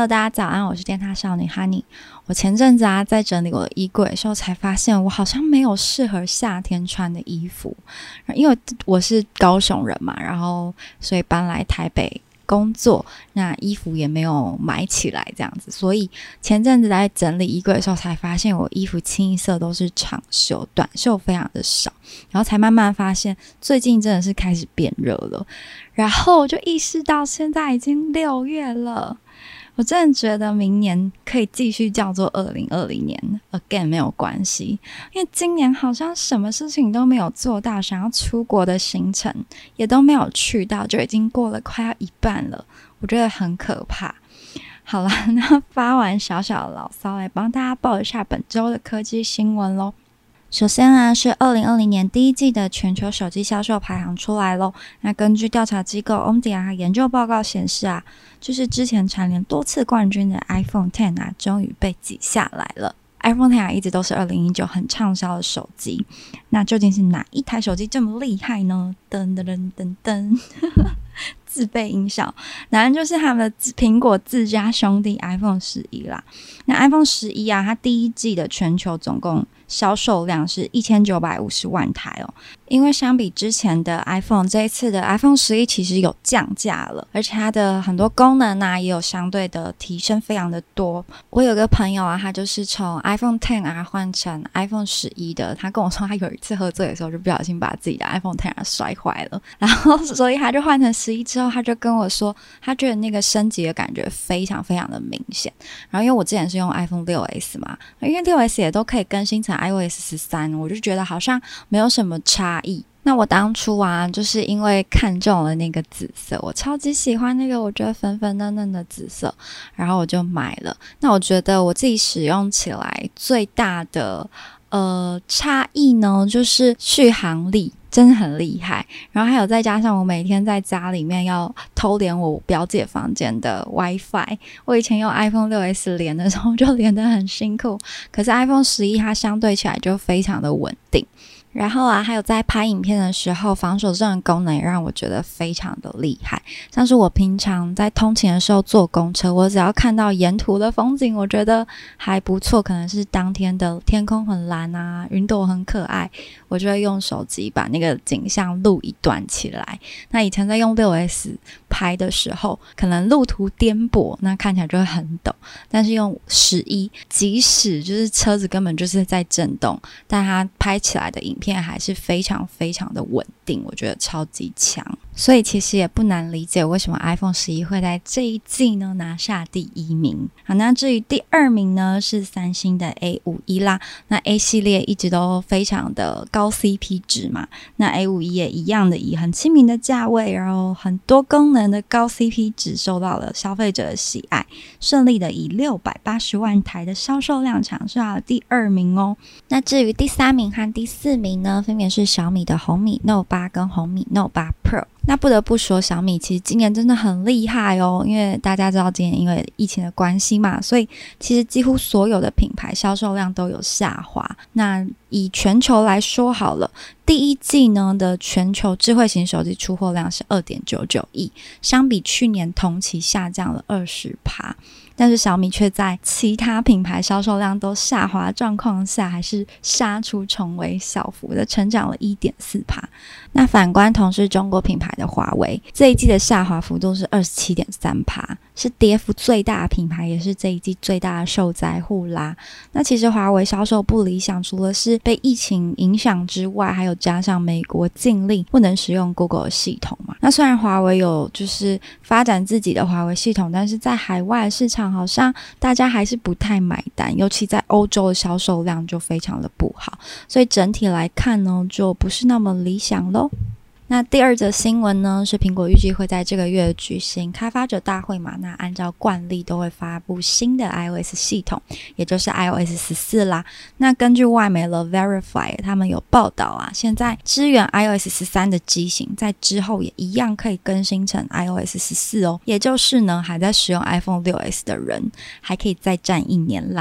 Hello， 大家早安，我是电塔少女 Honey。我前阵子在整理我的衣柜的时候，才发现我好像没有适合夏天穿的衣服。因为我是高雄人嘛，然后所以搬来台北工作，那衣服也没有买起来这样子，所以前阵子在整理衣柜的时候，才发现我衣服清一色都是长袖，短袖非常的少，然后才慢慢发现最近真的是开始变热了，然后我就意识到现在已经6月了。我真的觉得明年可以继续叫做2020年 again 没有关系，因为今年好像什么事情都没有做到，想要出国的行程也都没有去到，就已经过了快要一半了，我觉得很可怕。好啦，那发完小小的牢骚，来帮大家报一下本周的科技新闻咯。首先是2020年第一季的全球手机销售排行出来咯。那根据调查机构 Omdia 研究报告显示就是之前蝉联多次冠军的 iPhone X 终于被挤下来了。iPhone X 一直都是2019很畅销的手机，那究竟是哪一台手机这么厉害呢？噔噔噔噔噔自备音效，当然就是他们的苹果自家兄弟 iPhone 11啦。那 iPhone 11它第一季的全球总共销售量是1950万台哦。因为相比之前的 iPhone， 这一次的 iPhone 11其实有降价了，而且它的很多功能也有相对的提升非常的多。我有个朋友他就是从 iPhone X 换成 iPhone 11的，他跟我说他有一次喝醉的时候就不小心把自己的 iPhone X 摔坏了，然后所以他就换成11之后，他就跟我说他觉得那个升级的感觉非常非常的明显。然后因为我之前是用 iPhone 6S 嘛，因为 6S 也都可以更新成 iOS 13，我就觉得好像没有什么差异。那我当初就是因为看中了那个紫色，我超级喜欢那个我觉得粉粉嫩嫩的紫色，然后我就买了。那我觉得我自己使用起来最大的差异呢，就是续航力真的很厉害，然后还有再加上我每天在家里面要偷连我表姐房间的 WiFi， 我以前用 iPhone 6S 连的时候就连得很辛苦，可是 iPhone 11它相对起来就非常的稳定。然后还有在拍影片的时候，防手震的功能也让我觉得非常的厉害。像是我平常在通勤的时候坐公车，我只要看到沿途的风景我觉得还不错，可能是当天的天空很蓝云朵很可爱，我就会用手机把那个景象录一段起来。那以前在用 6S 拍的时候，可能路途颠簸，那看起来就会很陡，但是用11，即使就是车子根本就是在震动，但它拍起来的影片还是非常非常的稳定，我觉得超级强。所以其实也不难理解为什么 iPhone 11会在这一季呢拿下第1名。好，那至于第2名呢是三星的 A51啦。那 A 系列一直都非常的高 CP 值嘛，那 A51也一样的以很亲民的价位，然后很多功能的高 CP 值受到了消费者的喜爱，顺利的以680万台的销售量抢下了第2名哦。那至于第3名和第4名呢，分别是小米的红米 Note 8跟红米 Note 8 Pro。那不得不说小米其实今年真的很厉害哦，因为大家知道今年因为疫情的关系嘛，所以其实几乎所有的品牌销售量都有下滑。那以全球来说好了，第一季呢的全球智慧型手机出货量是 2.99 亿，相比去年同期下降了 20%， 但是小米却在其他品牌销售量都下滑状况下，还是杀出重围，小幅的成长了 1.4%。 那反观同是中国品牌的华为，这一季的下滑幅度是 27.3%， 是跌幅最大的品牌，也是这一季最大的受灾户啦。那其实华为销售不理想，除了是被疫情影响之外，还有加上美国禁令不能使用 Google 的系统嘛。那虽然华为有就是发展自己的华为系统，但是在海外市场好像大家还是不太买单，尤其在欧洲的销售量就非常的不好，所以整体来看呢就不是那么理想咯。那第2则新闻呢，是苹果预计会在这个月举行开发者大会嘛，那按照惯例都会发布新的 iOS 系统，也就是 iOS 14啦。那根据外媒 The Verify 他们有报道现在支援 iOS 13的机型在之后也一样可以更新成 iOS 14哦，也就是呢还在使用 iPhone 6S 的人还可以再战1年啦。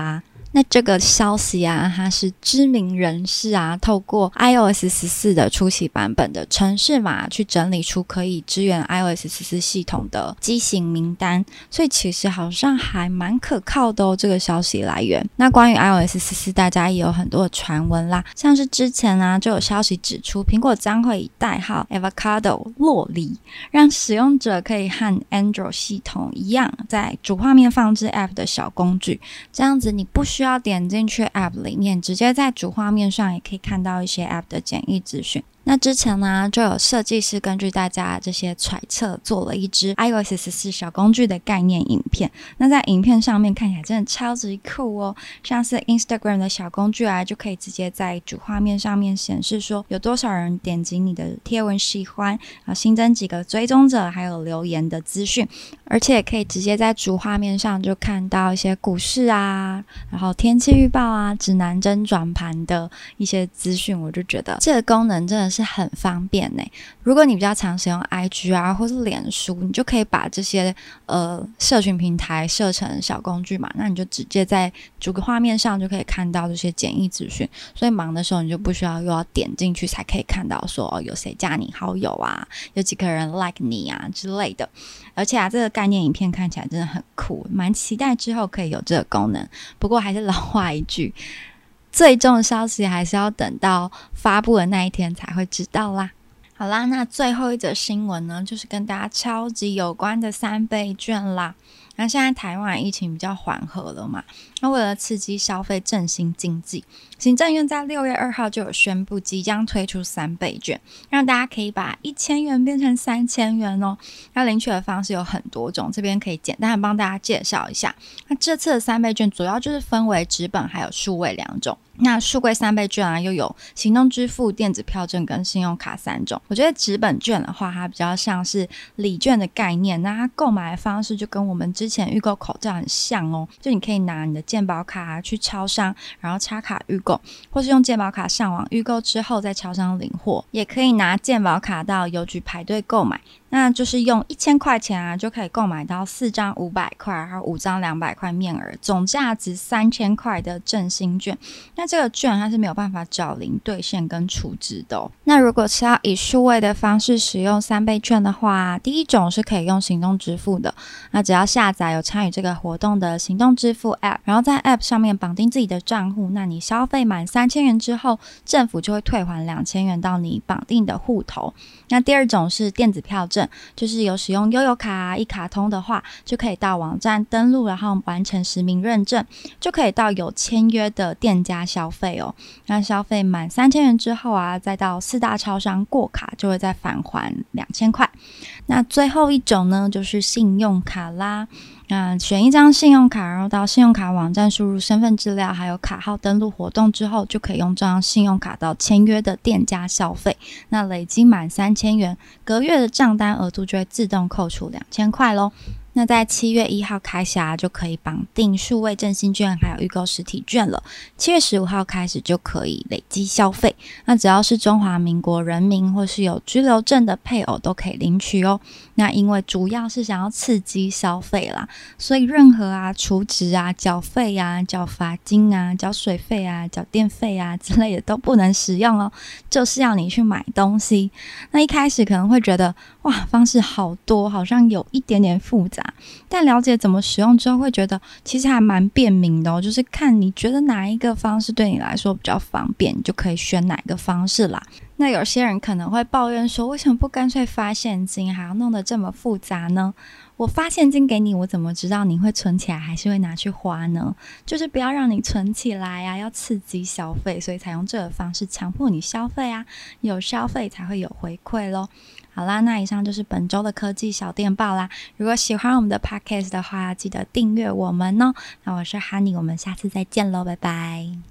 那这个消息啊，它是知名人士啊，透过 iOS 14的初期版本的程式码去整理出可以支援 iOS 14系统的机型名单，所以其实好像还蛮可靠的哦，这个消息来源。那关于 iOS 14，大家也有很多的传闻啦，像是之前啊就有消息指出，苹果将会以代号 Avocado 洛梨，让使用者可以和 Android 系统一样，在主画面放置 App 的小工具，这样子你不需要点进去 App 里面，直接在主画面上也可以看到一些 App 的简易资讯。那之前呢，就有设计师根据大家这些揣测，做了一支 iOS 14小工具的概念影片。那在影片上面看起来真的超级酷哦，像是 Instagram 的小工具啊，就可以直接在主画面上面显示说有多少人点击你的贴文喜欢，新增几个追踪者，还有留言的资讯，而且也可以直接在主画面上就看到一些股市啊，然后天气预报啊，指南针转盘的一些资讯。我就觉得这个功能真的是很方便耶。如果你比较常使用 IG 啊或是脸书，你就可以把这些社群平台设成小工具嘛，那你就直接在主个画面上就可以看到这些简易资讯，所以忙的时候你就不需要又要点进去才可以看到说有谁加你好友啊，有几个人 like 你啊之类的。而且这个概念影片看起来真的很酷，蛮期待之后可以有这个功能。不过还是老话一句，最终的消息还是要等到发布的那一天才会知道啦。好啦，那最后一则新闻呢，就是跟大家超级有关的3倍券啦。那现在台湾疫情比较缓和了嘛，那为了刺激消费振兴经济，行政院在6月2号就有宣布即将推出3倍券，让大家可以把1000元变成3000元哦。那领取的方式有很多种，这边可以简单的帮大家介绍一下。那这次的3倍券主要就是分为纸本还有数位2种。那数位3倍券啊，又有行动支付、电子票证跟信用卡3种。我觉得纸本券的话，它比较像是礼券的概念，那它购买的方式就跟我们之前预购口罩很像哦。就你可以拿你的健保卡去超商，然后插卡预购，或是用健保卡上网预购之后在超商领货，也可以拿健保卡到邮局排队购买。那就是用1000块钱啊，就可以购买到4张500块，还有5张200块面额，总价值3000块的振兴券。那这个券它是没有办法找零兑现跟储值的哦。那如果是要以数位的方式使用3倍券的话，第一种是可以用行动支付的。那只要下载有参与这个活动的行动支付 App， 然后在 App 上面绑定自己的账户，那你消费满3000元之后，政府就会退还2000元到你绑定的户头。那第二种是电子票证，就是有使用悠游卡一卡通的话，就可以到网站登录，然后完成实名认证，就可以到有签约的店家消费哦。那消费满3000元之后啊，再到4大超商过卡，就会再返还2000块。那最后一种呢，就是信用卡啦。那选一张信用卡，然后到信用卡网站输入身份资料还有卡号登录活动之后，就可以用这张信用卡到签约的店家消费。那累积满3000元，隔月的账单额度就会自动扣除2000块咯。那在7月1号开始啊，就可以绑定数位振兴券还有预购实体券了。7月15号开始就可以累积消费，那只要是中华民国人民或是有居留证的配偶都可以领取哦。那因为主要是想要刺激消费啦，所以任何储值缴费缴罚金缴水费缴电费之类的都不能使用哦，就是要你去买东西。那一开始可能会觉得哇，方式好多，好像有一点点复杂，但了解怎么使用之后会觉得其实还蛮便民的哦，就是看你觉得哪一个方式对你来说比较方便，你就可以选哪个方式啦。那有些人可能会抱怨说，为什么不干脆发现金，还要弄得这么复杂呢？我发现金给你，我怎么知道你会存起来还是会拿去花呢？就是不要让你存起来要刺激消费，所以才用这个方式强迫你消费有消费才会有回馈咯。好啦，那以上就是本周的科技小电报啦。如果喜欢我们的 podcast 的话，记得订阅我们哦。那我是 Honey， 我们下次再见咯，拜拜。